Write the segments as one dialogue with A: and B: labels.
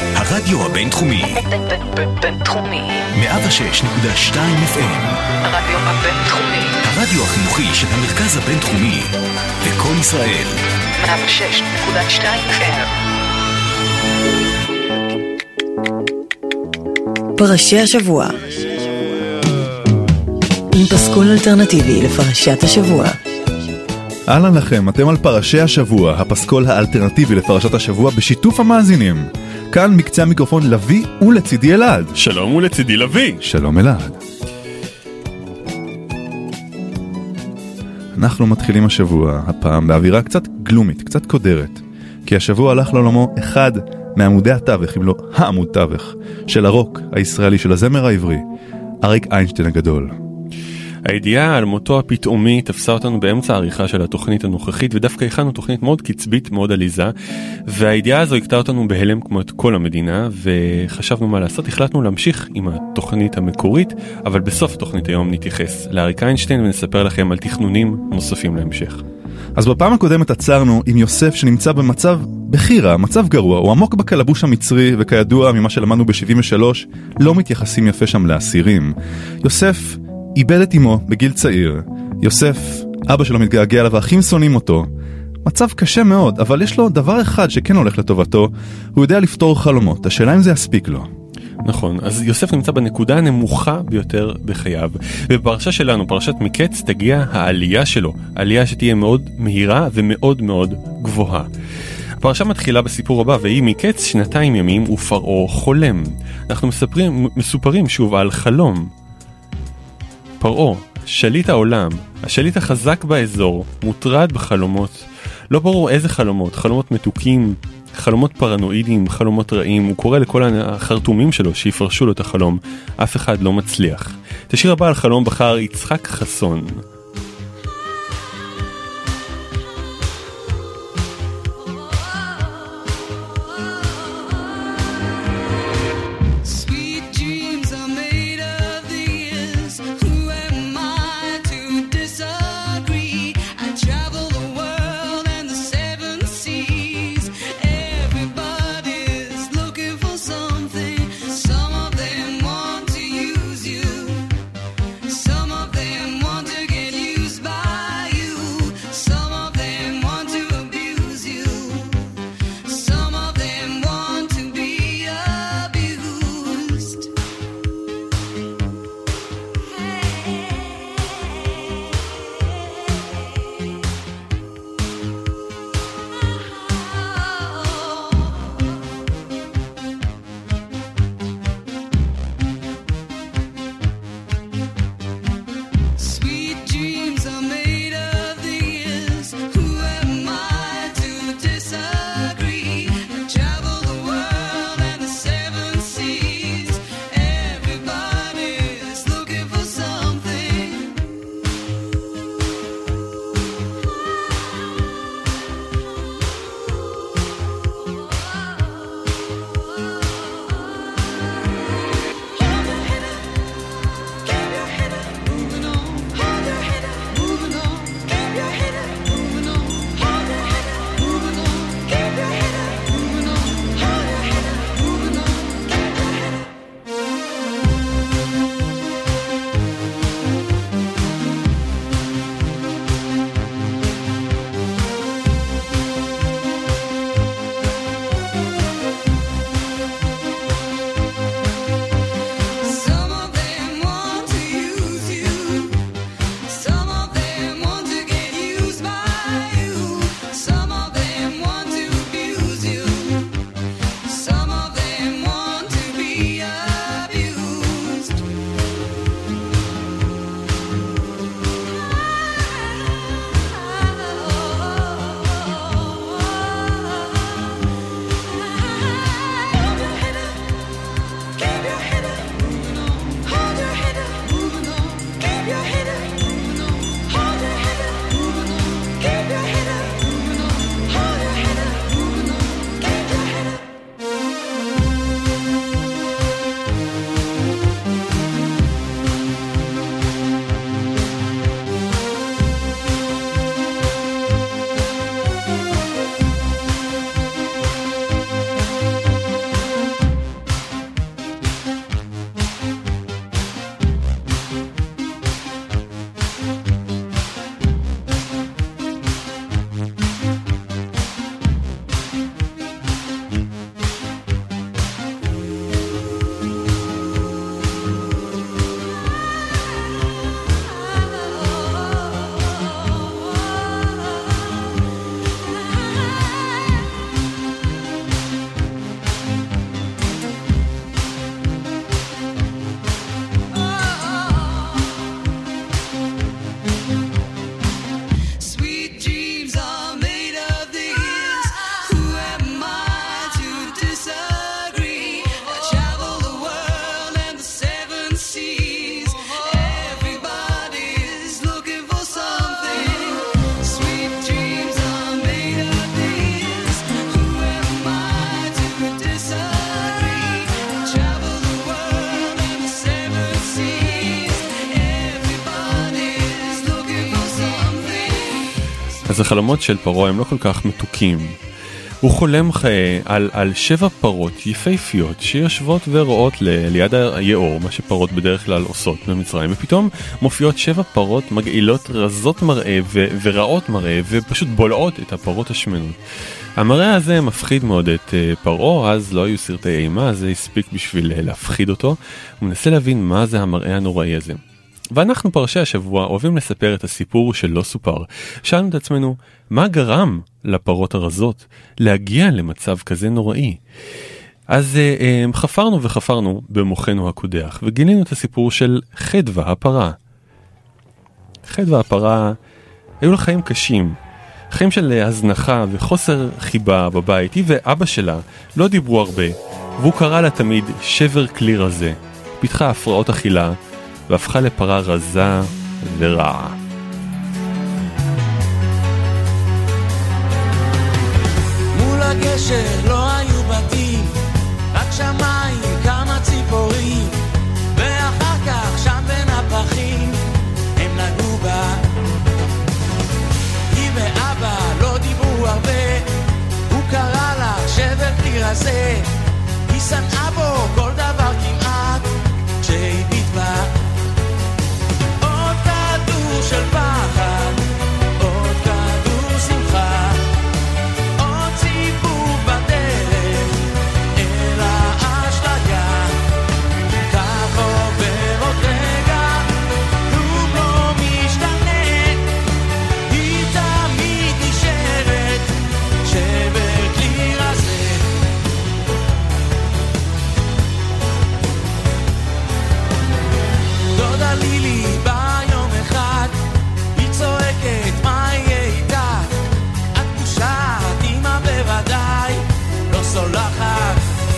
A: הרדיו הבינתחומי.
B: בינתחומי.
A: 106.2 FM.
B: הרדיו הבינתחומי.
A: הרדיו החינוכי של המרכז הבינתחומי. לקום ישראל.
B: 106.2 FM.
C: פרשי השבוע. עם פסקול אלטרנטיבי לפרשת השבוע.
D: אהלן לכם, אתם על פרשי השבוע, הפסקול האלטרנטיבי לפרשת השבוע בשיתוף המאזינים. כאן מקצה המיקרופון לוי ולצידי אלעד.
E: שלום ולצידי לוי.
D: שלום אלעד. אנחנו מתחילים השבוע, הפעם באווירה קצת גלומית, קצת קודרת. כי השבוע הלך לעולמו אחד מעמודי התווך, אם לא העמוד תווך, של הרוק הישראלי, של הזמר העברי, אריק איינשטיין הגדול.
E: הידיעה על מותו הפתאומי תפסה אותנו באמצע העריכה של התוכנית הנוכחית, ודווקא הכנו תוכנית מאוד קצבית, מאוד עליזה, והידיעה הזו הקטעה אותנו בהלם כמו את כל המדינה, וחשבנו מה לעשות. החלטנו להמשיך עם התוכנית המקורית, אבל בסוף התוכנית היום נתייחס לאריק איינשטיין ונספר לכם על תכנונים נוספים להמשך.
D: אז בפעם הקודמת עצרנו עם יוסף שנמצא במצב בחירה, מצב גרוע, הוא עמוק בקלבוש המצרי, וכידוע ממה שלמדנו ב-73, לא מתייחסים יפה שם לאסירים. יוסף איבד את אמו בגיל צעיר. יוסף, אבא שלו מתגעגע אליו, והאחים שונאים אותו. מצב קשה מאוד, אבל יש לו דבר אחד שכן הולך לטובתו, הוא יודע לפתור חלומות. השאלה אם זה יספיק לו.
E: נכון, אז יוסף נמצא בנקודה הנמוכה ביותר בחייו, ובפרשה שלנו, פרשת מקץ, תגיע העלייה שלו, העלייה שתהיה מאוד מהירה ומאוד מאוד גבוהה. הפרשה מתחילה בסיפור הבא, והיא מקץ 2 ימים ופרעה חולם. אנחנו מסופרים שוב על חלום. פרעה, שליט העולם, השליט החזק באזור, מוטרד בחלומות. לא ברור איזה חלומות, חלומות מתוקים, חלומות פרנואידים, חלומות רעים. הוא קורא לכל החרטומים שלו שיפרשו לו את החלום. אף אחד לא מצליח. את השיר הבא על חלום בחר יצחק חסון.
F: Some of them want to get
E: אז החלומות של פרעה הם לא כל כך מתוקים. הוא חולם על 7 פרות יפהפיות שיושבות ורואות ליד היאור, מה שפרות בדרך כלל עושות במצרים, ופתאום מופיעות 7 פרות מגעילות, רזות מראה ורעות מראה, ופשוט בולעות את הפרות השמנות. המראה הזה מפחיד מאוד את פרעה, אז לא היו סרטי אימה, זה הספיק בשביל להפחיד אותו. הוא מנסה להבין מה זה המראה הנוראי הזה. ואנחנו פרשי השבוע אוהבים לספר את הסיפור שלא סופר. שאלנו את עצמנו, מה גרם לפרות הרזות להגיע למצב כזה נוראי? אז חפרנו וחפרנו במוחנו הקודח, וגילינו את הסיפור של חדווה הפרה. חדווה הפרה היו לה חיים קשים, חיים של הזנחה וחוסר חיבה בבית. היא ואבא שלה לא דיברו הרבה, והוא קרא לה תמיד שבר כלי רזה. פיתחה הפרעות אכילה, והפכה לפרה רזה ורעה.
F: מול הגשר לא היו בתים, רק שמיים, כמה ציפורים, ואחר כך שם בין הפחים הם נגעו בה. היא ואבא לא דיברו הרבה, הוא קרא לה שבר כלי רזה. היא שנאה בו כל דבר כמעט כשהביט בה. של פחד, עוד כדור שמחה, עוד סיפור בדרך אל האשליה. כך עובר עוד רגע, כלום לא משתנה, היא תמיד נשארת שבר כלי רזה. דודה לילי מה יהיה איתה? את פושעת, אמא בוודאי לא סולחת.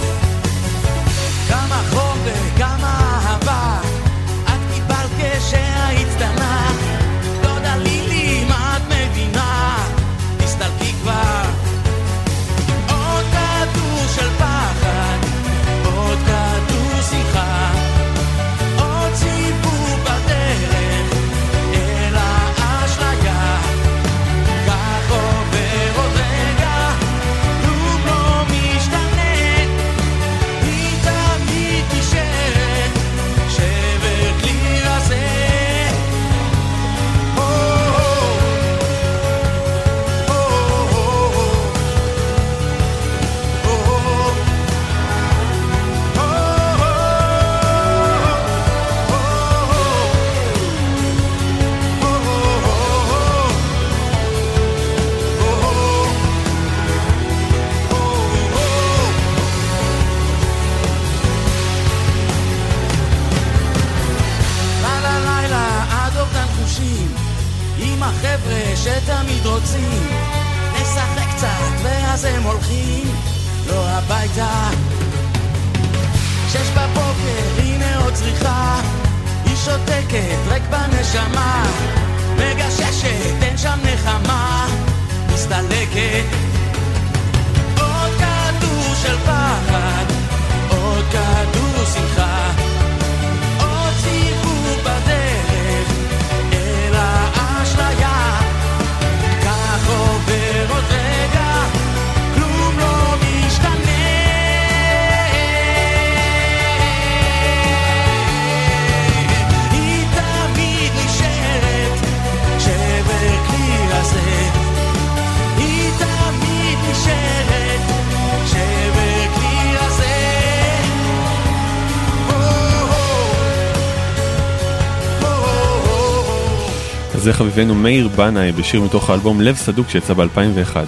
F: כמה חום וכמה אהבה את קיבלת כשהיית קטנה. דודה לילי, מה את מבינה? תסתלקי כבר. עוד כדור של פחד, עוד כדור שמחה, עוד סיפור בדרך אל האשליה. כך עובר עוד רגע, כלום לא משתנה, היא תמיד נשארת שבר כלי רזה. עם החבר'ה שתמיד רוצים לשחק קצת ואז הם הולכים לא הביתה. 6 בבוקר הנה עוד צריכה, היא שותקת רק בנשמה, מגששת אין שם נחמה, מסתלקת. עוד כדור של פחד, עוד כדור שמחה, עוד סיפור בדרך אל האשליה. כך עובר עוד רגע, כלום לא משתנה, היא תמיד נשארת שבר כלי רזה. היא תמיד נשארת שבר כלי רזה.
E: אז זה חביבנו מאיר בנאי בשיר מתוך האלבום לב סדוק שיצא ב-2001.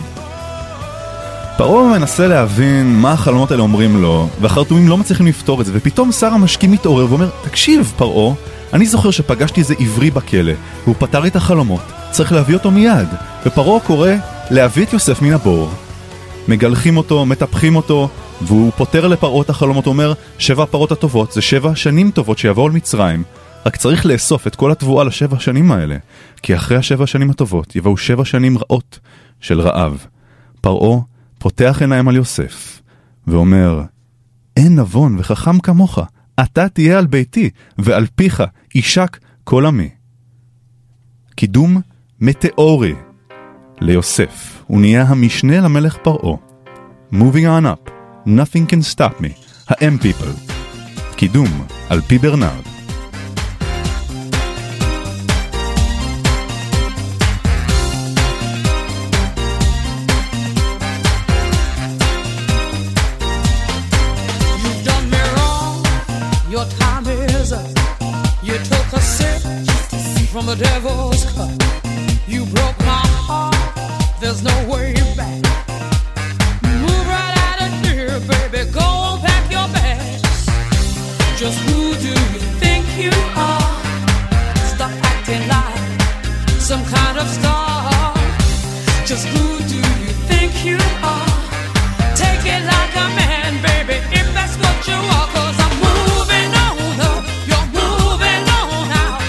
D: פרעה מנסה להבין מה החלומות האלה אומרים לו, והחרטומים לא מצליחים לפתור את זה, ופתאום שר המשקים מתעורר ואומר, תקשיב פרעה, אני זוכר שפגשתי איזה עברי בכלא, והוא פתר את החלומות, צריך להביא אותו מיד. ופרעה קורא להביא את יוסף מן הבור. מגלחים אותו, מטפחים אותו, והוא פותר לפרעה את החלומות, אומר, 7 הפרות הטובות זה 7 שנים טובות שיבואו למצרים, רק צריך לאסוף את כל התבואה ל7 שנים האלה, כי אחרי 7 השנים הטובות יבואו 7 שנים רעות של רעב. פרעה פותח עיניים על יוסף ואומר, אין נבון וחכם כמוך, אתה תהיה על ביתי ועל פיך יישק כל עמי. קידום מטאורי ליוסף. הוא נהיה המשנה למלך פרעה. Moving on up, nothing can stop me, ה-M people. קידום, על פי ברנרד.
G: From the devil's cup, you broke my heart, there's no way back. Move right out of here, baby, go on, pack your bags. Just who do you think you are? Stop acting like some kind of star. Just who do you think you are? Take it like a man, baby, if that's what you are, 'cause I'm moving on up, you're moving on out.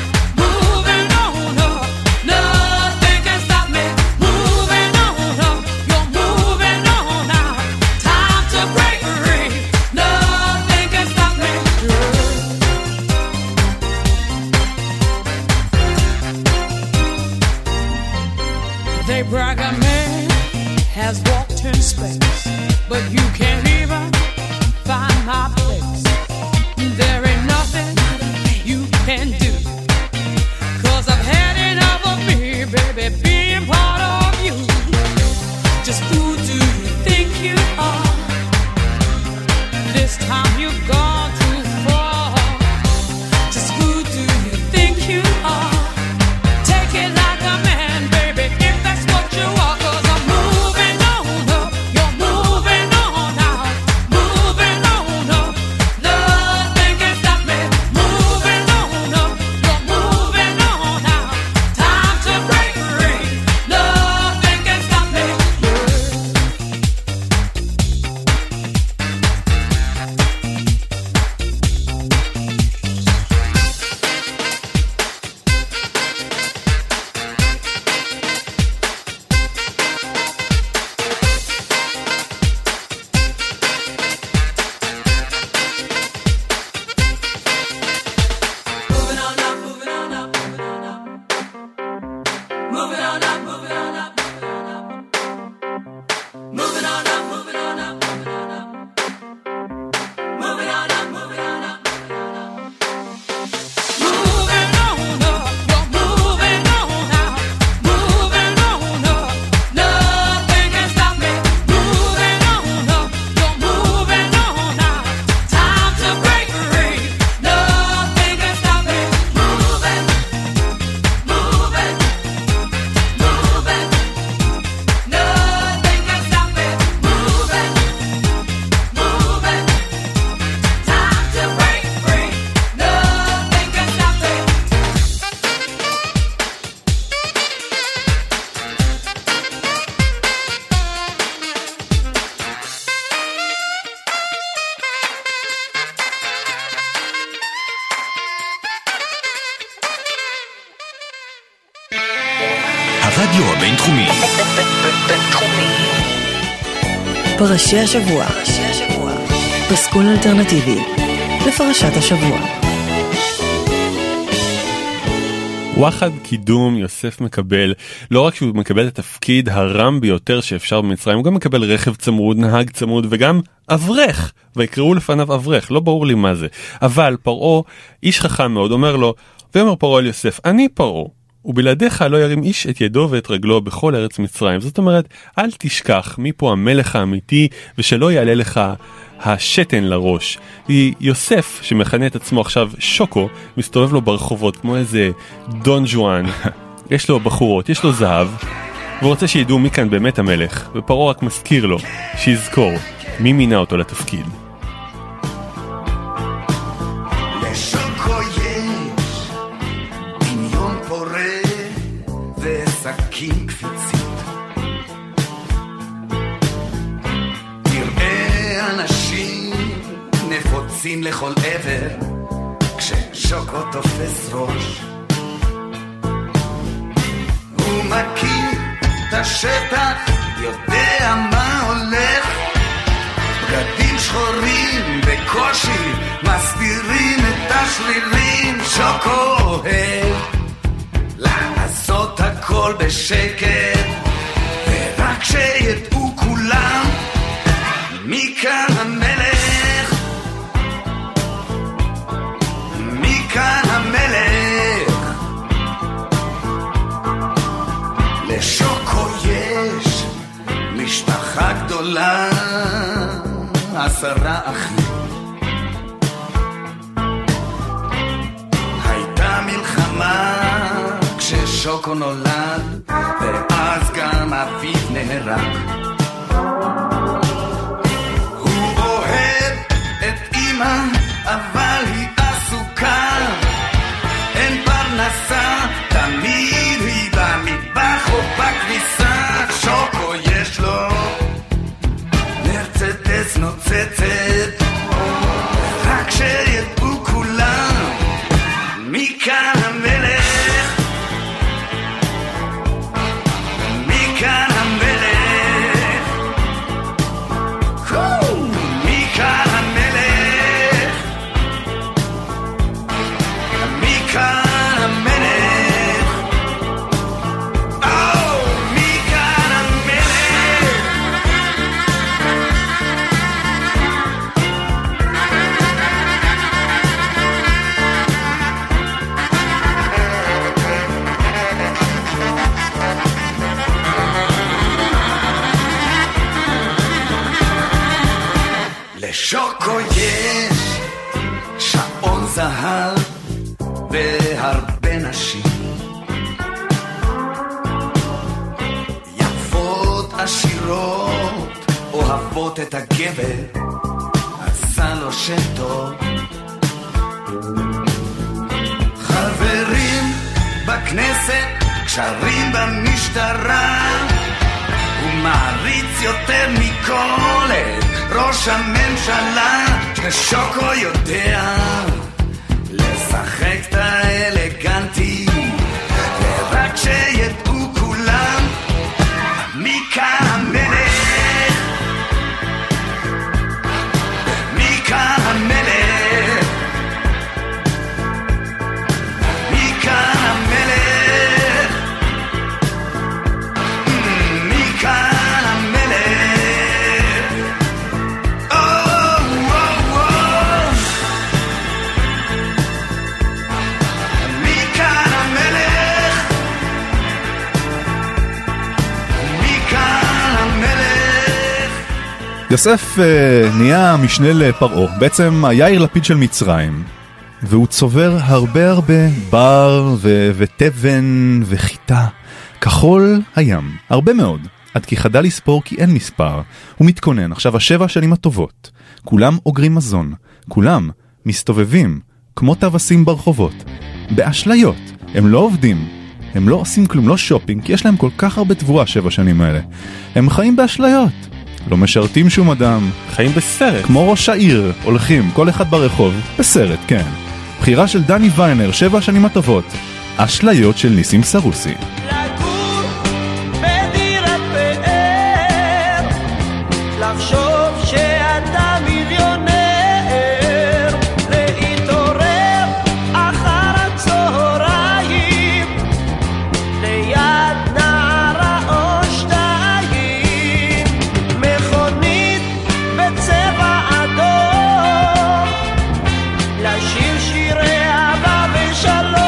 G: Brag a man has walked in space, but you can't even find my place. There ain't nothing you can do, 'cause I've had enough of me, baby, being part of you. Just who do you think you are? This time you've gone too far. Just who do you think you are? Take it like a man, baby, if that's what you are, 'cause I'm moving on up, you're moving on out, moving on up, nothing can stop me, moving on up, you're moving on out, time to break free, nothing can stop me.
A: הרדיו הבינתחומי.
B: בינתחומי.
C: פרשי השבוע. פסקול אלטרנטיבי לפרשת השבוע.
E: וואחד קידום יוסף מקבל, לא רק שהוא מקבל את התפקיד הרם ביותר שאפשר במצרים, הוא גם מקבל רכב צמוד, נהג צמוד וגם אברך, ויקראו לפניו אברך, לא ברור לי מה זה. אבל פרעה, איש חכם מאוד, אומר לו, ואומר פרעה אל יוסף, אני פרעה, ובלעדיך לא ירים איש את ידו ואת רגלו בכל ארץ מצרים. זאת אומרת, אל תשכח מי פה המלך האמיתי, ושלא יעלה לך השתן לראש. יוסף, שמכנה את עצמו עכשיו שוקו, מסתובב לו ברחובות כמו איזה דון ז'ואן. יש לו בחורות, יש לו זהב, ורוצה שידעו מי כאן באמת המלך, ופרעה רק מזכיר לו, שיזכור מי מינה אותו לתפקיד.
H: לשוקו יש דמיון פורה וסכין קפיצית, תראה אנשים נפוצים לכל עבר כששוקו תופס ראש. הוא מכיר את השטח, יודע מה הולך, בגדים שחורים בקושי מסתירים את השרירים. שוקו אוהב לעשות הכל בשקט, משפחה גדולה, 10 אחים. הייתה מלחמה כששוקו נולד, ואז גם אביו נהרג. הוא אוהב את אמא, אבל היא עסוקה, אין פרנסה, תמיד היא במטבח או בכביסה. שוקו יש לו מרצדס נוצצת, רק שידעו כולם מי כאן המלך, מי כאן המלך, מי כאן המלך, מי כאן שוקו יש שעון זהב והרבה נשים יפות עשירות אוהבות את הגבר, עשה לו שם טוב. חברים בכנסת, קשרים במשטרה, הוא מעריץ יותר מכל ראש הממשלה. ששוקו יודע לשחק את האלגנטי, ורק שידעו כולם מי כאן המלך, מי כאן המלך, מי כאן המלך, מי כאן
D: יוסף נהיה משנה לפרעה, בעצם היאיר לפיד של מצרים, והוא צובר הרבה בר ותבן וחיטה, כחול הים, הרבה מאוד, עד כי חדל לספור כי אין מספר. הוא מתכונן, עכשיו 7 השנים הטובות, כולם אוגרים מזון, כולם מסתובבים כמו טווסים ברחובות, באשליות, הם לא עובדים, הם לא עושים כלום, לא שופינג, כי יש להם כל כך הרבה תבואה 7 שנים האלה, הם חיים באשליות, לא משרתים שום אדם,
E: חיים בסרט,
D: כמו ראש העיר, הולכים כל אחד ברחוב, בסרט, כן. בחירה של דני ויינר, 7 השנים הטובות, אשליות של ניסים סרוסי.
F: לגור בדירת פאר, לחשוב שאתה מיליונר, להתעורר אחר הצהריים ליד נערה או שתיים, מכונית בצבע אדום, לשיר שירי אהבה ושלום,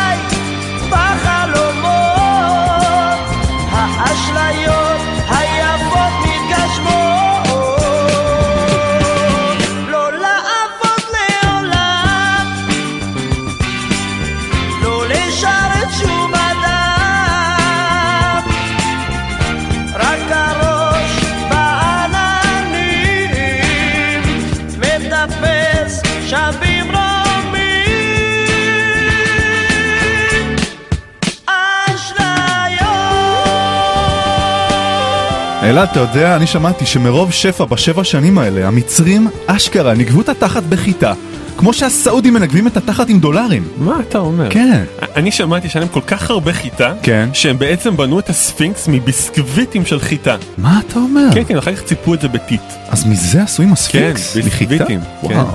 F: אשליות היה
D: אלעד, אתה יודע, אני שמעתי שמרוב שפע ב7 שנים האלה, המצרים אשכרה נגבו את התחת בחיטה, כמו שהסעודים מנגבים את התחת עם דולרים.
E: מה אתה אומר?
D: כן.
E: אני שמעתי שהיה להם כל כך הרבה חיטה,
D: כן.
E: שהם בעצם בנו את הספינקס מביסקוויטים של חיטה.
D: מה אתה אומר?
E: כן, כן, אחר כך ציפו את זה בטיט.
D: אז מזה עשויים הספינקס?
E: כן, ביסקוויטים.
D: מחיטה?
E: כן.
D: וואו.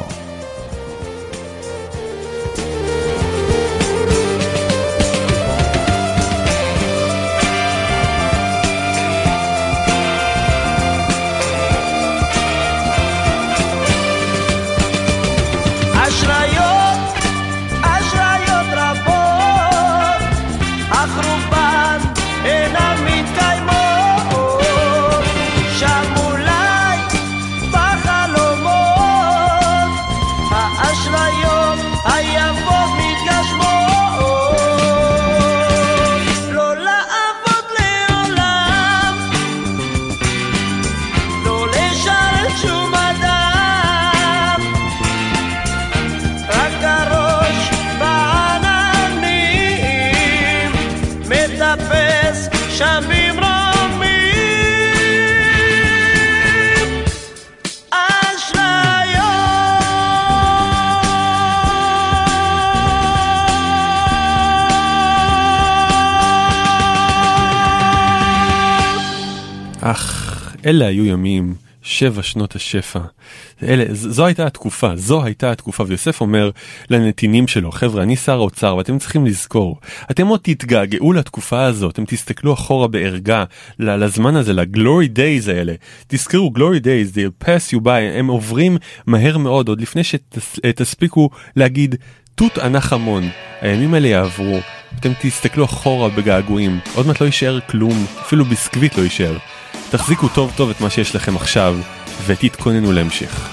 E: אלה היו ימים, 7 שנות השפע. זו הייתה התקופה, ויוסף אומר לנתינים שלו, חבר'ה, אני שר האוצר, ואתם צריכים לזכור, אתם עוד תתגעגעו לתקופה הזאת, אתם תסתכלו אחורה בערגה, לזמן הזה, לגלורי דייז האלה. תזכרו, גלורי דייז, they'll pass you by, הם עוברים מהר מאוד, עוד לפני שתספיקו להגיד, תות ענך המון, הימים האלה יעברו, אתם תסתכלו אחורה בגעגועים, עוד מעט לא יישאר כלום, אפילו ביסקוויט לא יישאר. תחזיקו טוב טוב את מה שיש לכם עכשיו, ותתכוננו להמשיך.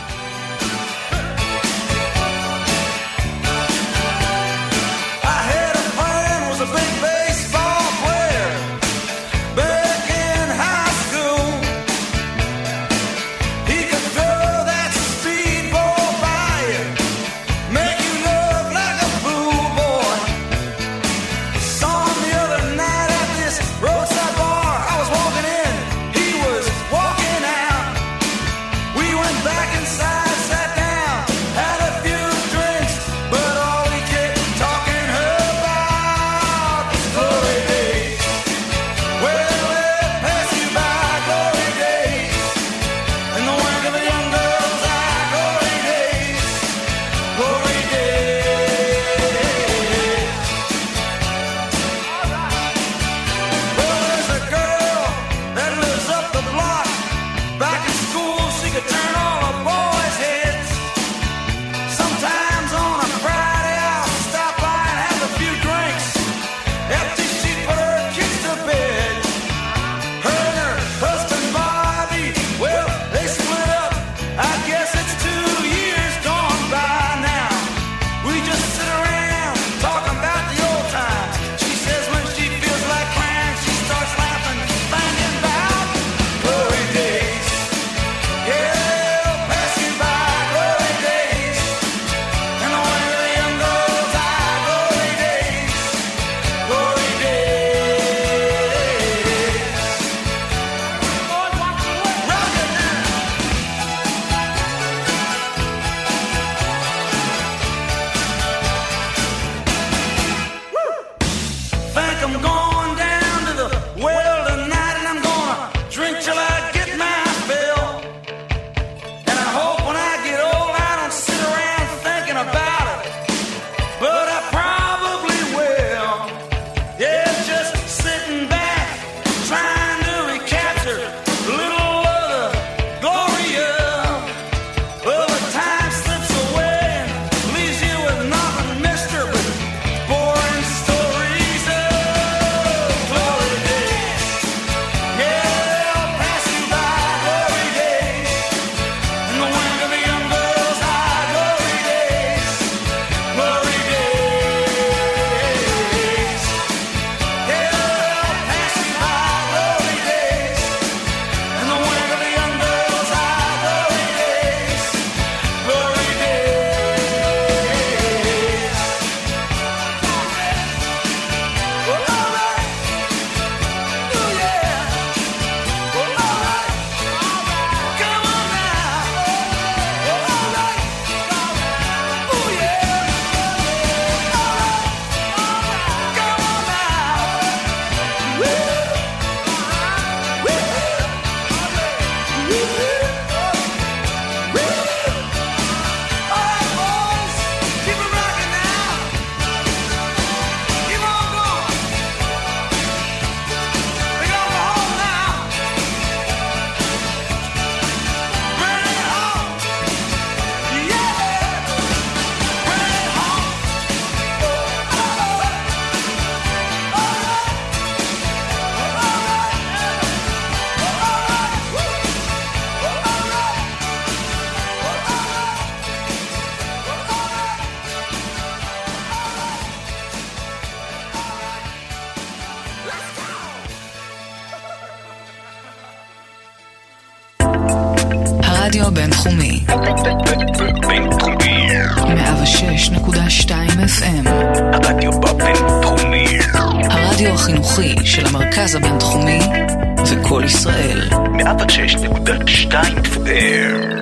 C: הרדיו הבינתחומי.
A: בינתחומי.
C: 106.2 FM.
A: הרדיו הבינתחומי.
C: הרדיו החינוכי של המרכז הבינתחומי וכל ישראל.
A: 106.2 FM.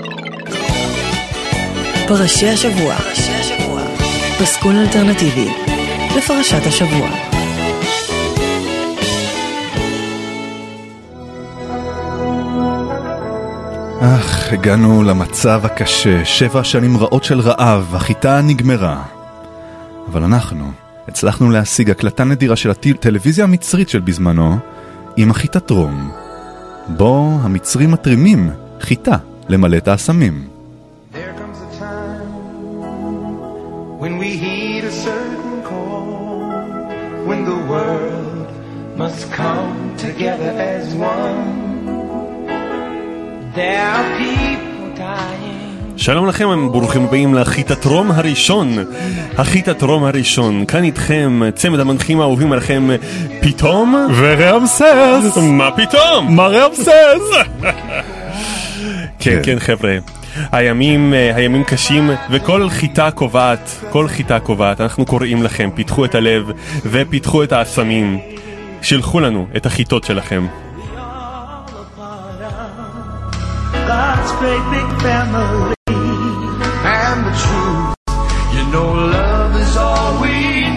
C: פרשי השבוע. פסקול אלטרנטיבי לפרשת השבוע.
D: הגענו למצב הקשה, 7 שנים רעות של רעב, החיטה נגמרה. אבל אנחנו הצלחנו להשיג הקלטה נדירה של הטלוויזיה המצרית של בזמנו עם החיטת רום, בו המצרים מתרימים חיטה למלא את האסמים.
I: There comes a time when we heed a certain call, when the world must come together as one. There are people dying.
E: שלום לכם, ברוכים הבאים לחיטת רום הראשון. החיטת רום הראשון, כאן איתכם צמד המנחים האהובים עליכם, פתאום
D: ורמסס.
E: מה פתאום?
D: מה רמסס?
E: כן חבר'ה, הימים קשים וכל חיטה קובעת, אנחנו קוראים לכם, פיתחו את הלב ופיתחו את האסמים, שלחו לנו את החיטות שלכם.
I: God's great big family, and the truth, you know love is all we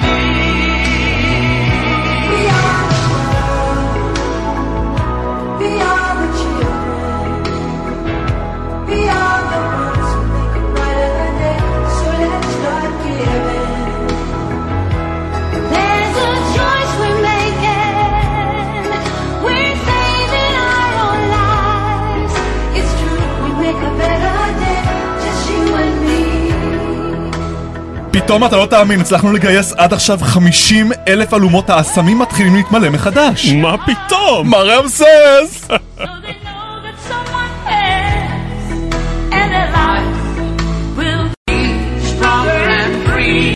I: need. We are the world, we are the children, we are the ones who make a brighter day, so let's start giving.
J: There's a choice we're making, we're saving our own lives. It's true, we make a better day, just you and me.
D: פתאום אתה לא תאמין, הצלחנו לגייס עד עכשיו 50,000 אלומות, האסמים מתחילים להתמלא מחדש.
E: מה פתאום?
D: מה רמסס?
J: So they know that someone else and their life will be
F: Stronger and free,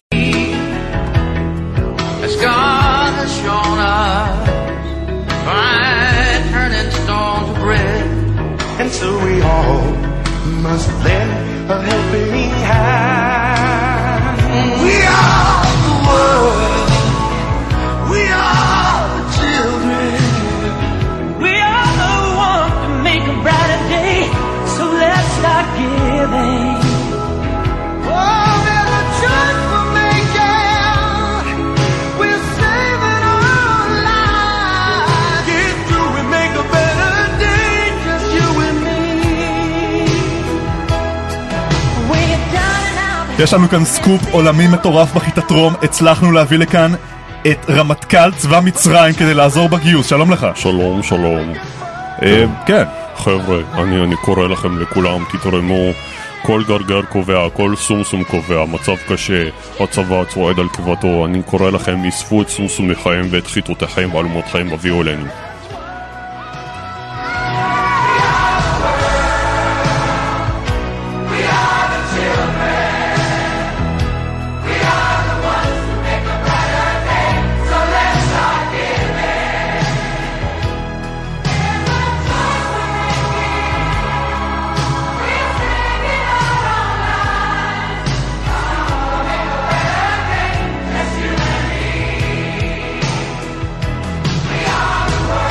F: as God has shown us by turning stone to bread.
I: And so we all must lend a helping hand. We are the world, we are the children, we are the ones to make a brighter day, so let's start giving. Oh, there's a choice we're making, we're saving our lives. Get through and make a better day, just you and me. We're down and out.
D: יש לנו כאן סקופ עולמי מטורף בחיטת רום, הצלחנו להביא לכאן את רמטכ"ל צבא מצרים כדי לעזור בגיוס. שלום לך.
E: שלום.
D: כן.
E: חבר'ה, אני קורא לכם לכולם, תתרמו, כל גרגר קובע, כל סומסום קובע, מצב קשה, הצבא צועד על קבתו, אני קורא לכם, אספו את סומסומיכם ואת חיטותיכם ואלומותיכם, הביאו אלינו.
I: We are the world.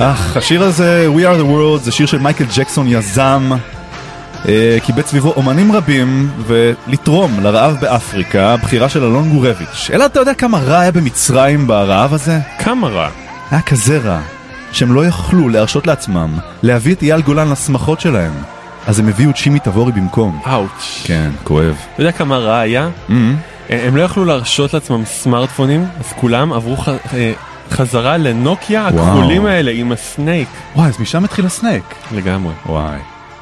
D: השיר הזה, We are the world, זה שיר של מייקל ג'קסון יזם, קיבץ סביבו אומנים רבים, ולתרום לרעב באפריקה, בחירה של אלון גורביץ'. אלא אתה יודע כמה רע היה במצרים ברעב הזה?
E: כמה רע?
D: היה כזה רע, שהם לא יכלו להרשות לעצמם להביא את אייל גולן לשמחות שלהם. אז הם הביאו את שימי תבורי במקום.
E: אאוץ'.
D: כן, כואב.
E: אתה יודע כמה רע היה? הם לא יכלו להרשות לעצמם סמארטפונים, אז כולם עברו חזרה לנוקיה הכחולים האלה עם הסנייק.
D: וואי, אז משם התחיל הסנייק.
E: לגמרי.
D: וואי.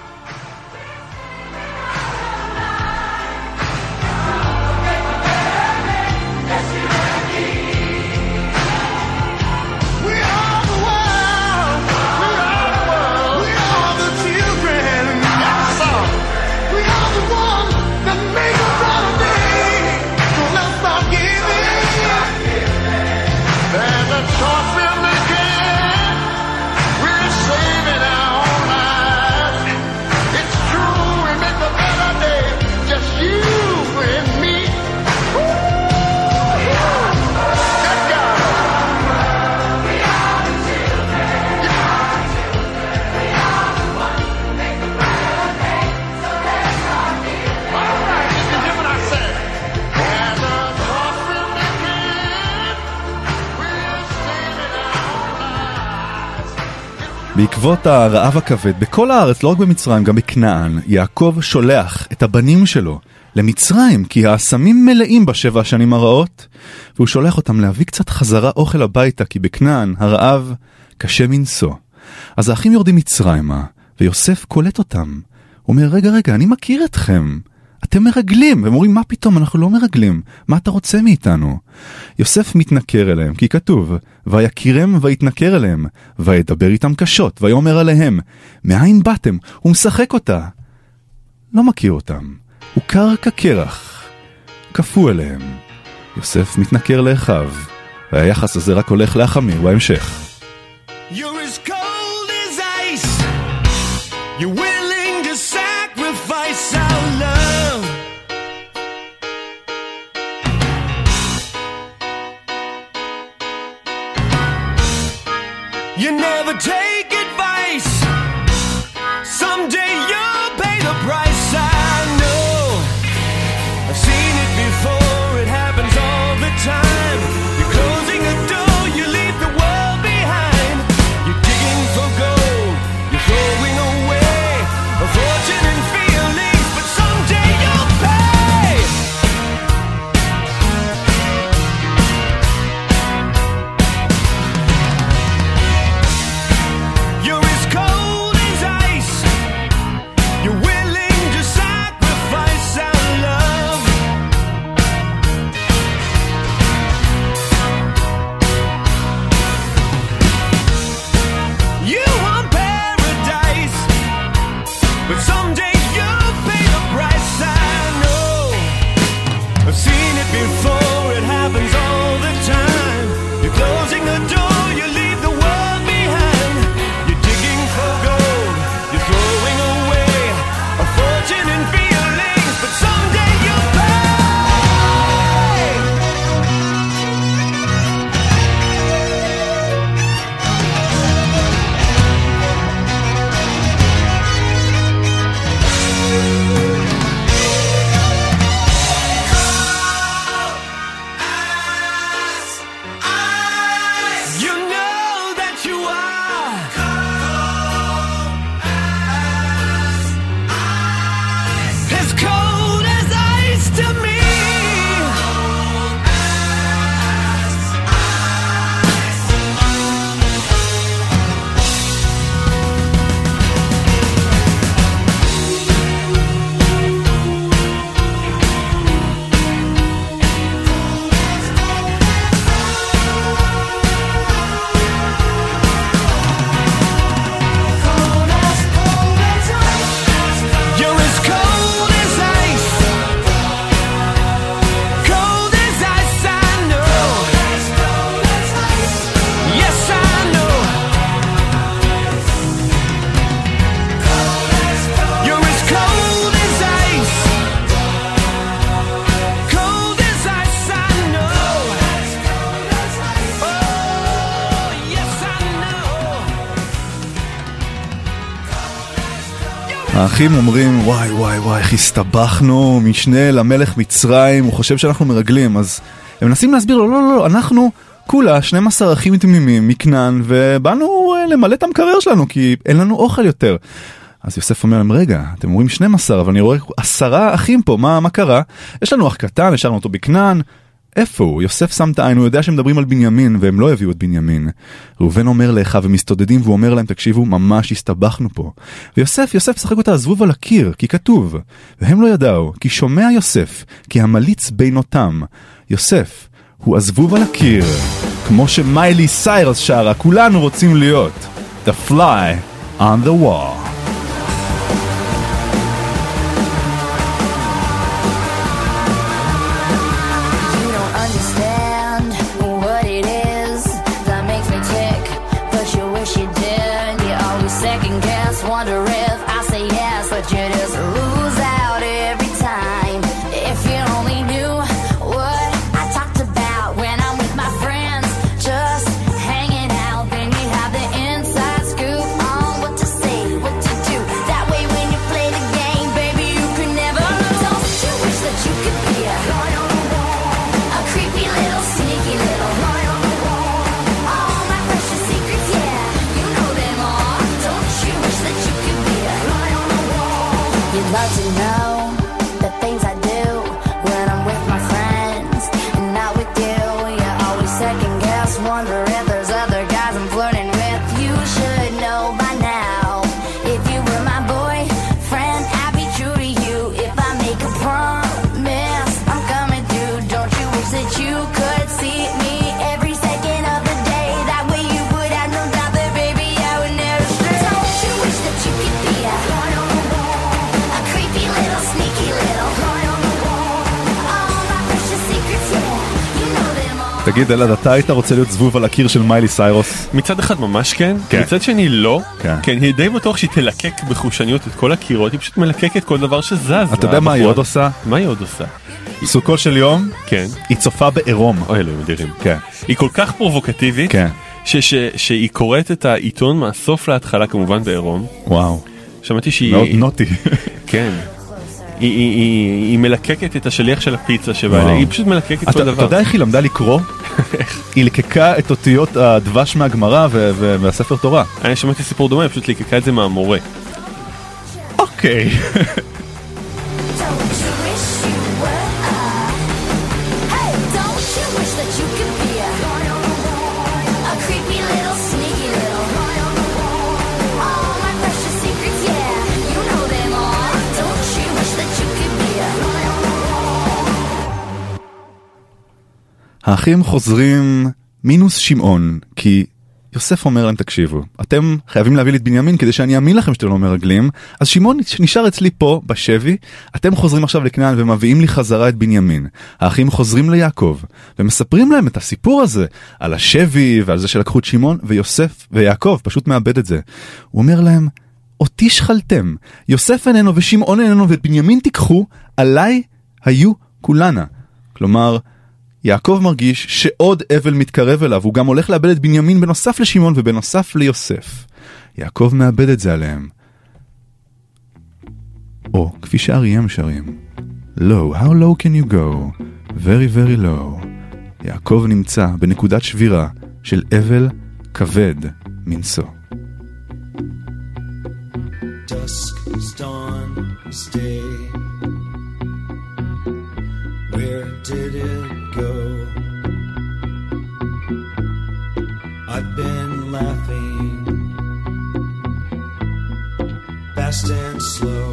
D: בעקבות הרעב הכבד בכל הארץ, לא רק במצרים, גם בכנען, יעקב שולח את הבנים שלו למצרים, כי האסמים מלאים בשבע השנים הרעות, והוא שולח אותם להביא קצת חזרה אוכל הביתה, כי בכנען הרעב קשה מנשוא. אז האחים יורדים מצרימה, ויוסף קולט אותם. הוא אומר, רגע, אני מכיר אתכם. אתם מרגלים. והם אומרים, מה פתאום? אנחנו לא מרגלים. מה אתה רוצה מאיתנו? יוסף מתנכר אליהם, כי כתוב, ויקירם ויתנכר אליהם, וידבר איתם קשות, ויאמר עליהם, מאין באתם? הוא משחק אותה. לא מכיר אותם. הוא קר כקרח. כפו אליהם. יוסף מתנכר לאחיו, והיחס הזה רק הולך להחמיר בהמשך.
H: You're as cold as ice. You're willing to sacrifice our love. You never take advice. Someday you'll pay the price. I know. I've seen it before. It happens all the time. You're closing a door. You leave the world behind. You're digging for gold. You're throwing away a fortune and feelings. But someday you'll pay.
D: האחים אומרים, וואי וואי וואי, איך הסתבכנו, משנה למלך מצרים, הוא חושב שאנחנו מרגלים, אז הם מנסים להסביר לו, לא, אנחנו כולה 12 אחים תמימים מכנען, ובאנו למלא את המקרר שלנו, כי אין לנו אוכל יותר. אז יוסף אומר להם, רגע, אתם אומרים 12, אבל אני רואה 10 אחים פה, מה קרה? יש לנו אח קטן, השארנו אותו בכנען, איפה הוא? יוסף שם את העין, הוא יודע שהם מדברים על בנימין, והם לא הביאו את בנימין. ראובן אומר לאחיו, ומסתודדים, והוא אומר להם, תקשיבו, ממש הסתבכנו פה. ויוסף שחק אותה הזבוב על הקיר, כי כתוב, והם לא ידעו, כי שומע יוסף, כי המליץ בינותם. יוסף, הוא הזבוב על הקיר, כמו שמיילי סיירס שרה, כולנו רוצים להיות. The fly on the wall. תגיד, אלעד, אתה היית רוצה להיות זבוב על הקיר של מיילי סיירוס?
E: מצד אחד ממש כן, מצד שני לא, כן, היא די בטוח שהיא תלקק בחושניות את כל הקירות, היא פשוט מלקקת כל דבר שזז. אתה
D: יודע מה היא עוד עושה?
E: מה היא עוד עושה?
D: סוכות של יום,
E: כן.
D: היא צופה בעירום.
E: אוי, אלוהים אדירים.
D: כן.
E: היא כל כך פרובוקטיבית,
D: כן.
E: שהיא קוראת את העיתון מהסוף להתחלה כמובן בעירום.
D: וואו.
E: שמעתי שהיא...
D: מאוד נוטי.
E: כן. היא מלקקת את השליח של הפיצה שבא אליה, היא פשוט מלקקת כל דבר.
D: אתה יודע איך היא למדה לקרוא? היא לקקה את אותיות הדבש מהגמרא והספר תורה.
E: אני שמעתי סיפור דומה, היא פשוט לקקה את זה מהמורה.
D: אוקיי. האחים חוזרים מינוס שמעון, כי יוסף אומר להם, תקשיבו, אתם חייבים להביא לי את בנימין כדי שאני אאמין לכם שאתם לא מרגלים, אז שמעון נשאר אצלי פה בשבי, אתם חוזרים עכשיו לכנען ומביאים לי חזרה את בנימין. האחים חוזרים ליעקב ומספרים להם את הסיפור הזה על השבי ועל זה שלקחו את שמעון, ויוסף ויעקב פשוט מאבד את זה. הוא אומר להם, אותי שחלתם, יוסף איננו ושמעון איננו ואת בנימין תיקחו, עליי היו כולנה. כלומר, יעקב מרגיש שעוד אבל מתקרב אליו, הוא גם הולך לאבד את בנימין בנוסף לשמעון ובנוסף ליוסף. יעקב מאבד את זה עליהם. או, כפי שאריים שרים, Low, how low can you go? Very very low. יעקב נמצא בנקודת שבירה של אבל כבד מנשוא.
H: Dusk is dawn, stay. Where did it go? I've been laughing fast and slow,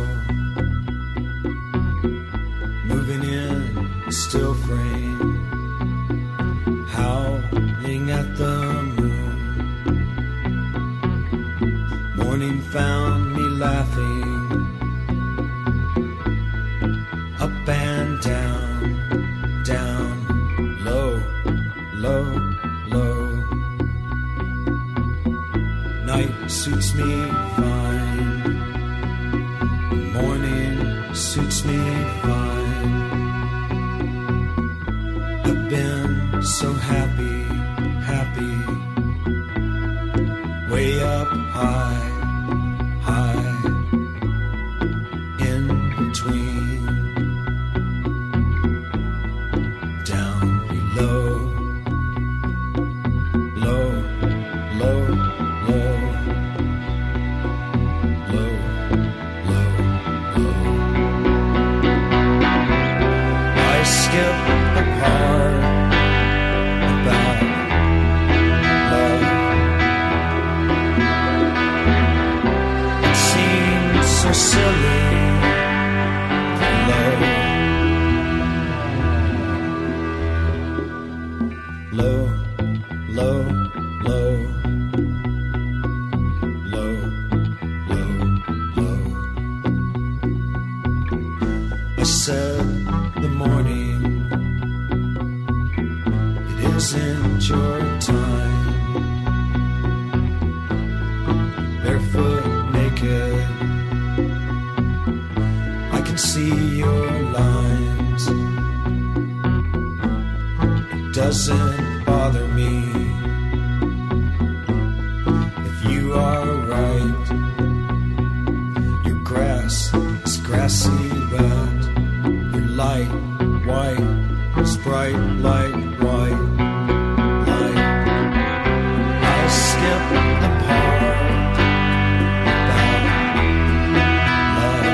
H: moving in a still frame, howling at the moon. Morning found me laughing up and down, down, low, low, low. Night suits me fine, morning suits me fine. I've been so happy, happy, way up high, high.
F: skip the part about love. It seems so silly, love. Low, low, low, low, low, low. I said the morning, it isn't your time. Barefoot, naked, I can see your lines. It doesn't bother me if you are right. Your grass is grassy red, your light white is bright light white light. I skip the part about love.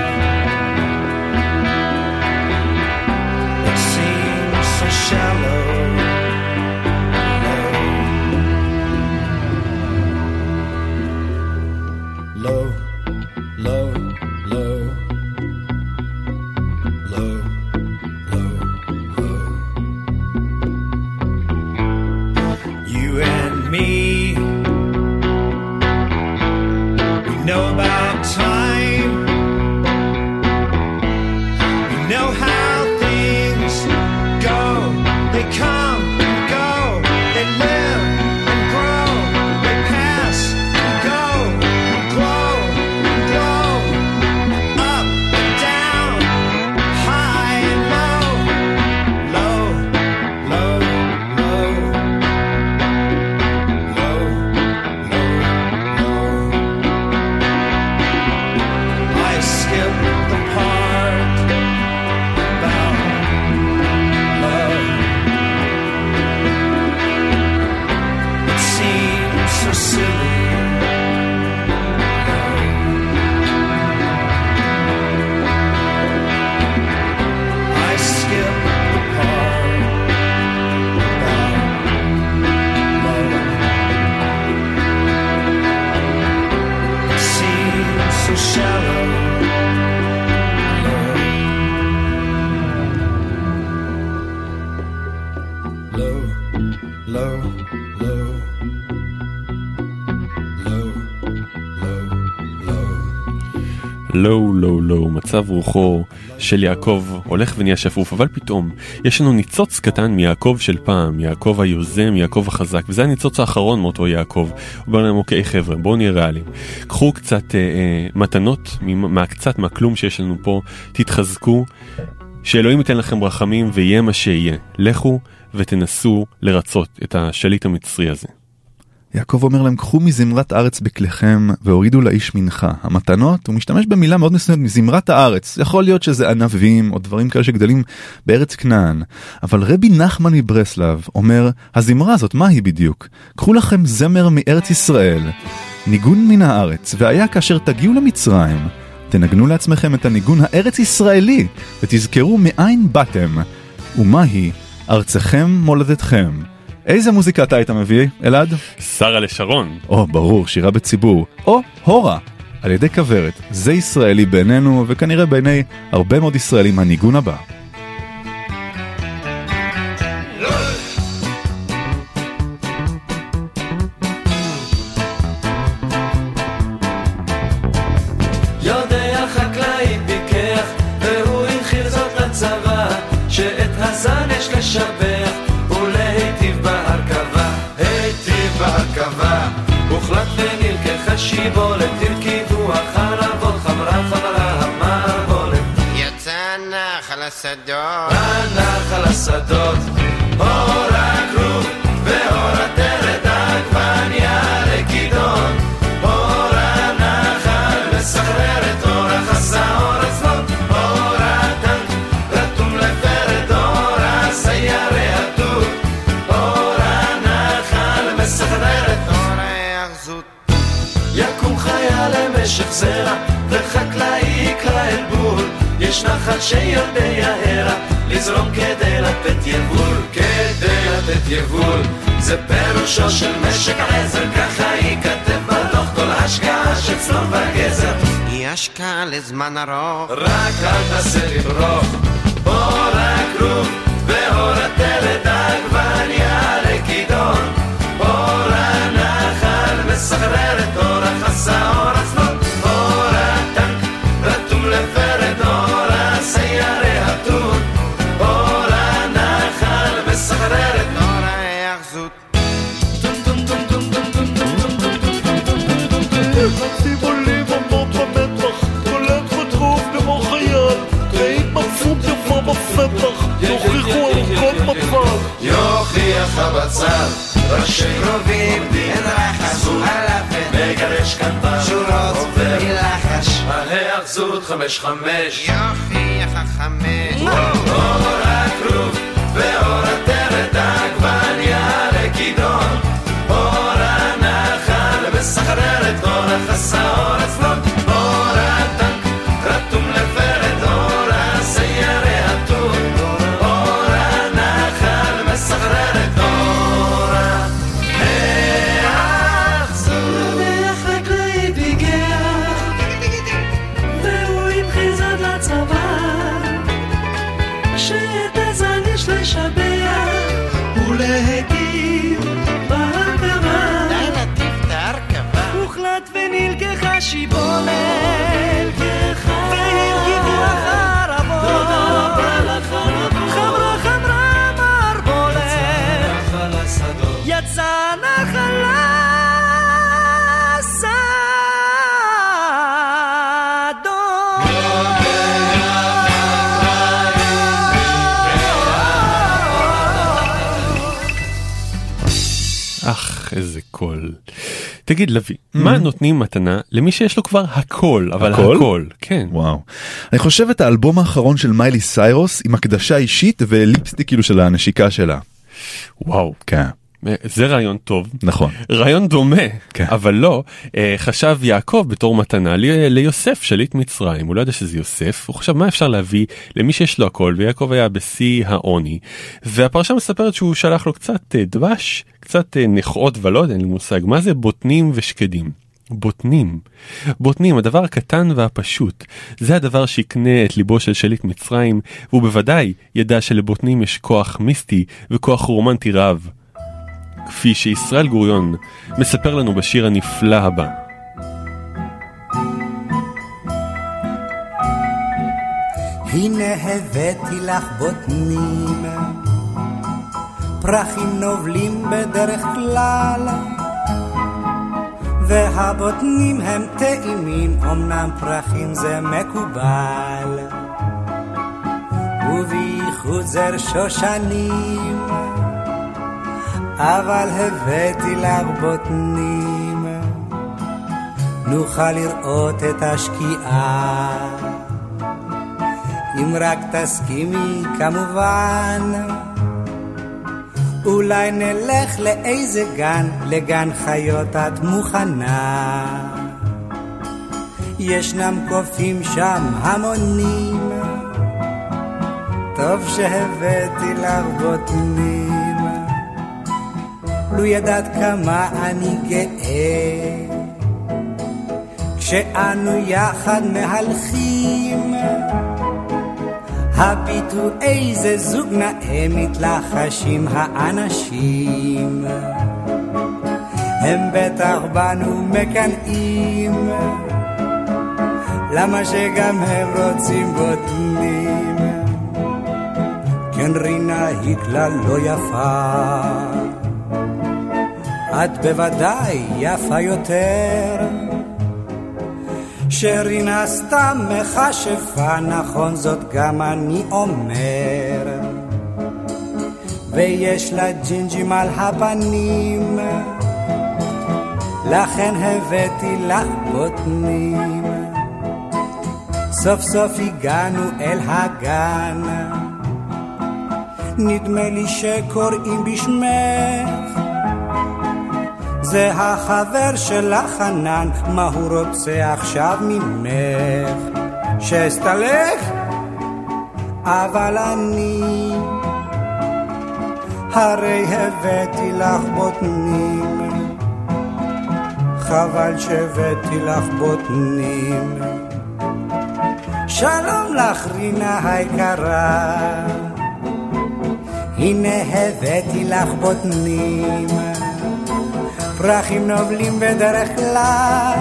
F: It seems so shallow. Low, low, low, low, low, low. You and me, we know about time. We know how things go. They come and go. They live and grow. They pass and go.
E: לואו לואו לואו, מצב רוחו של יעקב הולך ונהיה שפוף, אבל פתאום יש לנו ניצוץ קטן מיעקב של פעם, יעקב היוזם, יעקב החזק, וזה הניצוץ האחרון מאותו יעקב. הוא אומר להם, אוקיי חבר'ה, בואו נהיה ריאליים, קחו קצת מתנות מהכלום שיש לנו פה, תתחזקו, שאלוהים ייתן לכם רחמים ויהיה מה שיהיה, לכו ותנסו לרצות את השליט המצרי הזה.
D: יעקב אומר להם, קחו מזמרת הארץ בכליכם והורידו לאיש מנחה. המתנות, הוא משתמש במילה מאוד מסוימת, מזמרת הארץ. יכול להיות שזה ענבים או דברים כאלה שגדלים בארץ כנען. אבל רבי נחמן מברסלב אומר, הזמרה הזאת, מה היא בדיוק? קחו לכם זמר מארץ ישראל, ניגון מן הארץ, והיה כאשר תגיעו למצרים, תנגנו לעצמכם את הניגון הארץ ישראלי, ותזכרו מאין באתם, ומהי ארצכם מולדתכם. איזה מוזיקה אתה היית מביא, אלעד?
E: שרה לשרון.
D: או, ברור, שירה בציבור. או, הורה, על ידי כברת. זה ישראלי בינינו, וכנראה בעיני הרבה מאוד ישראלים, הניגון הבא.
F: יודע חקלאי פיקח, והוא הנחיל זאת לצבא, שאת הזן יש לשבח, ולהיטיב בהרכבה, היטיב בהרכבה, הוחלט ונלקחה שיבולת, תרקידו החרבות, חמרה חמרה המערבולת.
K: יצא נחל השדות,
F: הנחל השדות, אור הכרוב, ואור הדרת עגבניה לכידון, אור הנחל מסחרר את אור החסה, אור הצלות, אור הטנק, רתום לפרד, אור הסיירי הדוד, אור הנחל מסחרר את אור
K: ההאחזות.
F: יקום חיה למשך זרע, וחקלאי יקרא אל בול, יש נחל שיודע הערה,
H: לזרום כדי לתת יבול, כדי לתת יבול. זה פירושו של משק עזר, ככה ייכתב בדוח. כל השקעה של צלום וגזר
K: היא השקעה לזמן ארוך,
H: רק אל תעשה לברוך. אור הכרוב ואור הטלת, עגבניה לכידון, אור הנחל מסחררת, אור החסה, אור הצלון, אור הטנק רתום לפרד, אור הסיירי התון, אור הנחל מסחררת,
K: אור ההאחזות.
I: חצי בולים עמוד במטח, קולט וטרוף כמו חייל, והתמצאות יפה בפתח, יוכיחו ארוכות מצב.
H: יוכיח הבצל, ראשי קרובים, אין רחש, הלפת, מגרש כנפן, שורות, עובר, מלחש, ההאחזות 5-5,
K: יוכיח החמש.
H: אור הכרוב ואור הטרת, עגבניה לכידון, אור הנחל מסחררת, אור החסה, אור הצלון, אור הטנק רתום לפרד, אור הסיירי התון, אור הנחל מסחררת, אור ההאחזות.
F: החקלאי ביגר והוא המחיז עד לצבא שאת הזן יש לשבח ולהגיב בהכרה.
K: די לטיף את ההרכבה.
F: הוחלט ונלקחה שיבולת והלגיבו החרבות. תודה רבה לחרבות. חמרה חמרה מערבולת יצא נחלה שדות.
E: אך, איזה קול. תגיד לוי, מה נותנים מתנה למי שיש לו כבר הכל, אבל הכל? כן.
D: וואו. אני חושב את האלבום האחרון של מיילי סיירוס עם הקדשה אישית וליפסטיק כאילו של הנשיקה שלה.
E: וואו.
D: כן.
E: זה רעיון טוב.
D: נכון.
E: רעיון דומה,
D: כן.
E: אבל לא. חשב יעקב בתור מתנה ליוסף שליט מצרים. הוא לא יודע שזה יוסף. הוא חשב מה אפשר להביא למי שיש לו הכל, ויעקב היה בשיא העוני. והפרשה מספרת שהוא שלח לו קצת דבש, קצת נחאות ולא, אין לי מושג. מה זה בוטנים ושקדים? בוטנים, הדבר הקטן והפשוט. זה הדבר שיקנה את ליבו של שליט מצרים, והוא בוודאי ידע שלבוטנים יש כוח מיסטי וכוח רומנטי רב. כפי שישראל גוריון מספר לנו בשיר הנפלא הבא.
L: הנה הבאתי לך בוטנים, פרחים נובלים בדרך כלל, והבוטנים הם טעימים, אמנם פרחים זה מקובל, ובייחוד זר שושנים, אבל הבאתי לך בוטנים, נוכל לראות את השקיעה, אם רק תסכימי כמובן, אולי נלך לאיזה גן, לגן חיות את מוכנה, ישנם קופים שם המונים, טוב שהבאתי לך בוטנים, לו ידעת כמה אני גאה, כשאנו יחד מהלכים, הביטו איזה זוג נאה, מתלחשים האנשים, הם בטח בנו מקנאים, למה שגם הם רוצים בוטנים, כן רינה היא כלל לא יפה, את בוודאי יפה יותר, שרינה סתם מחשפה, נכון זאת גם אני אומר, ויש לה ג'ינג'ים על הפנים, לכן הבאתי לך בוטנים, סוף סוף הגענו אל הגן, נדמה לי שקוראים בשמך, זה החבר של החנן, מה הוא רוצה עכשיו ממך? שאסתלך? אבל אני הרי הבאתי לך בוטנים, חבל שהבאתי לך בוטנים. שלום לך רינה היקרה, הנה הבאתי לך בוטנים, פרחים נובלים בדרך כלל,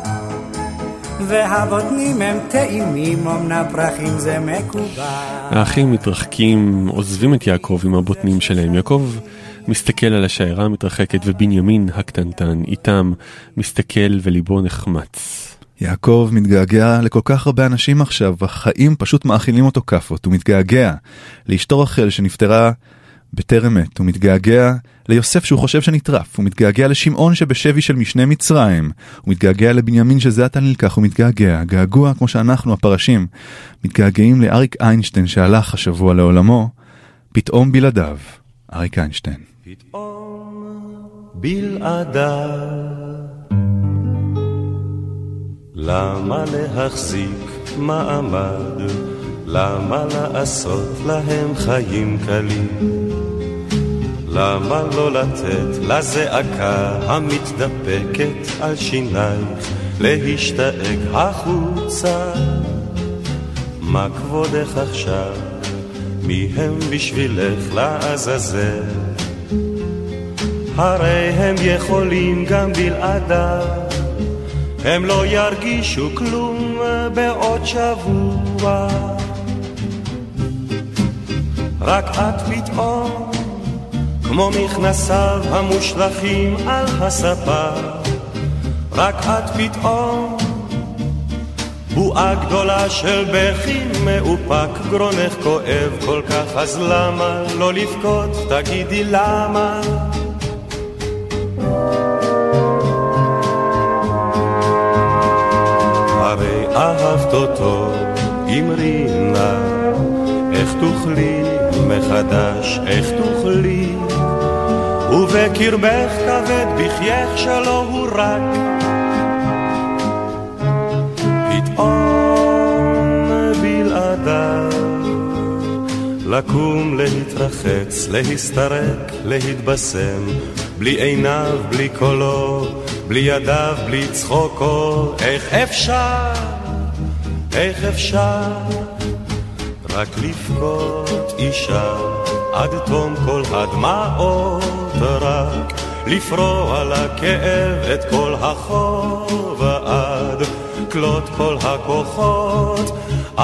L: והבוטנים הם טעימים, אמנם פרחים זה מקובל.
E: האחים מתרחקים, עוזבים את יעקב עם הבוטנים שלהם. יעקב מסתכל על השיירה המתרחקת, ובנימין הקטנטן איתם מסתכל וליבו נחמץ.
D: יעקב מתגעגע לכל כך הרבה אנשים עכשיו, והחיים פשוט מאכילים אותו כפות. הוא מתגעגע לאשתו רחל שנפטרה בטרם עת, הוא מתגעגע ליוסף שהוא חושב שנטרף, הוא מתגעגע לשמעון שבשבי של משנה מצרים, הוא מתגעגע לבנימין שזה עתה נלקח, הוא מתגעגע, געגוע כמו שאנחנו הפרשים מתגעגעים לאריק איינשטיין שהלך השבוע לעולמו, פתאום בלעדיו. אריק איינשטיין.
M: פתאום בלעדיו, למה להחזיק מעמד, למה לעשות להם חיים קלים, למה לא לתת לזעקה המתדפקת על שינייך להשתאג החוצה. מה כבודך עכשיו, מי הם בשבילך לעזאזל, הרי הם יכולים גם בלעדיו, הם לא ירגישו כלום בעוד שבוע. רק את פתאום כמו מכנסיו המושלחים על הספה, רק את פתאום בועה גדולה של בכי מאופק, גרונך כואב כל כך, אז למה לא לבכות, תגידי למה. הרי אהבת אותו עם רינה, איך תוכלי מחדש, איך תוכלי, ובקרבך כבד בחייך שלא הוא רק, פתאום בלעדיו, לקום להתרחץ, להסתרק, להתבשם, בלי עיניו, בלי קולו, בלי ידיו, בלי צחוקו, איך אפשר, איך אפשר רק לבכות אישה עד תום כל הדמעות, רק לפרוע לכאב את כל החוב עד כלות כל הכוחות,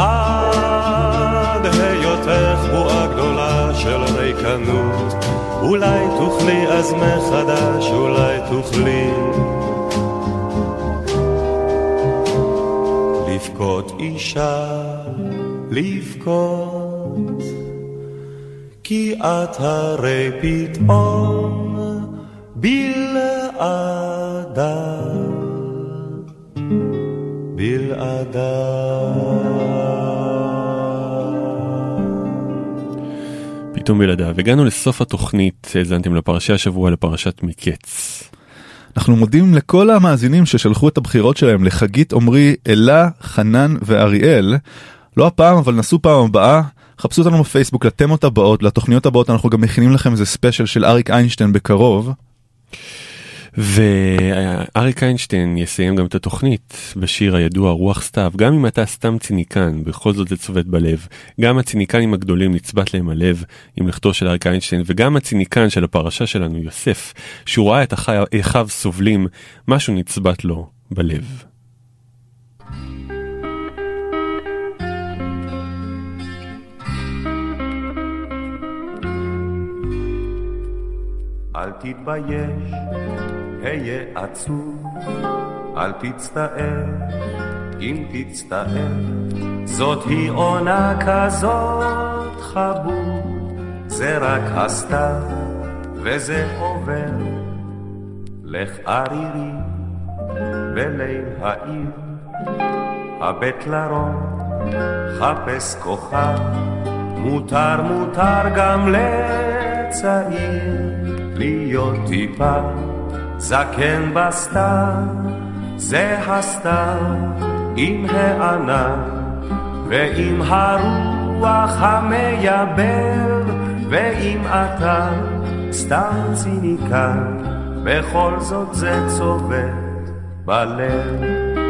M: עד היותך בועה גדולה של ריקנות, אולי תוכלי אז מחדש, אולי תוכלי לבכות אישה, לבכות, כי את הרי פתאום בלעדיו,
E: פתאום בלעדיו. הגענו לסוף התוכנית, האזנתם לפרשי השבוע, לפרשת מקץ.
D: אנחנו מודים לכל המאזינים ששלחו את הבחירות שלהם, לחגית, עומרי, אלה, חנן ואריאל. לא הפעם, אבל נסו פעם הבאה. חפשו אותנו בפייסבוק לתמות הבאות, לתוכניות הבאות. אנחנו גם מכינים לכם איזה ספיישל של אריק איינשטיין בקרוב.
E: ואריק איינשטיין יסיים גם את התוכנית בשיר הידוע רוח סתיו. גם אם אתה סתם ציניקן, בכל זאת זה צובט בלב. גם הציניקנים הגדולים נצבט להם הלב עם לכתו של אריק איינשטיין, וגם הציניקן של הפרשה שלנו יוסף, שהוא ראה את אחיו סובלים, משהו נצבט לו בלב.
M: אל תתבייש, היה עצוב, אל תצטער, אם תצטער, זאת היא עונה כזאת חבוד, זה רק הסתיו וזה עובר, לך ערירי בליל העיר, הבט לרום, חפש כוכב, מותר גם לצעיר, להיות טיפה זקן בסתיו, זה הסתיו עם הענן ועם הרוח
H: הרוח המייבר, ואם אתה סתם ציניקן, בכל זאת זה צובט בלב.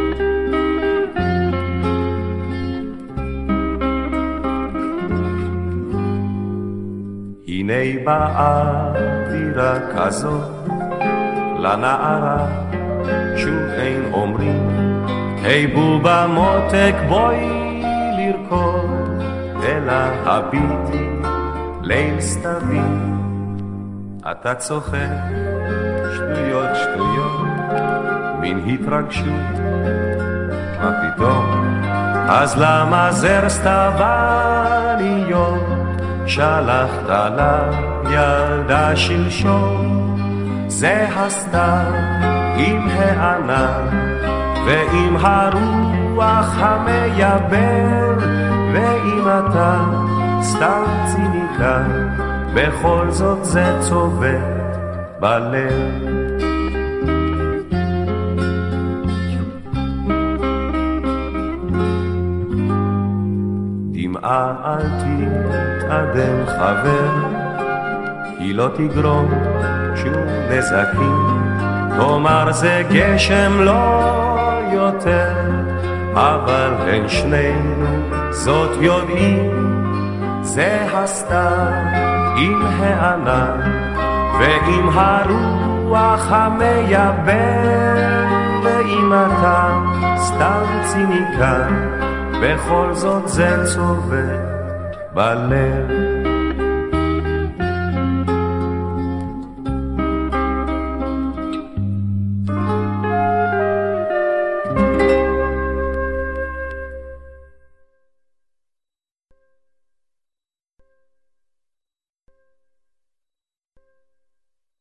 H: הנה באה דירה כזאת לנערה, שוב אין אומרים היי בובה מותק בואי לרקוד, אלא הביטי ליל סתווי. אתה צוחק שטויות שטויות מן התרגשות, מה פתאום? אז למה זר סתווניות שלחת לילדה שלשום? זה הסתיו עם הענן ועם הרוח המייבר, ואם אתה סתם ציניקן, בכל זאת זה צובט בלב. דמעה אל תתאדם חבר, היא לא תגרום שום נזקים, תאמר זה גשם לא יותר, אבל הן שנינו זאת יודעים, זה הסתיו עם הענן ועם הרוח המייבר, ואם אתה סתם ציניקן, בכל זאת זה צובט בלב.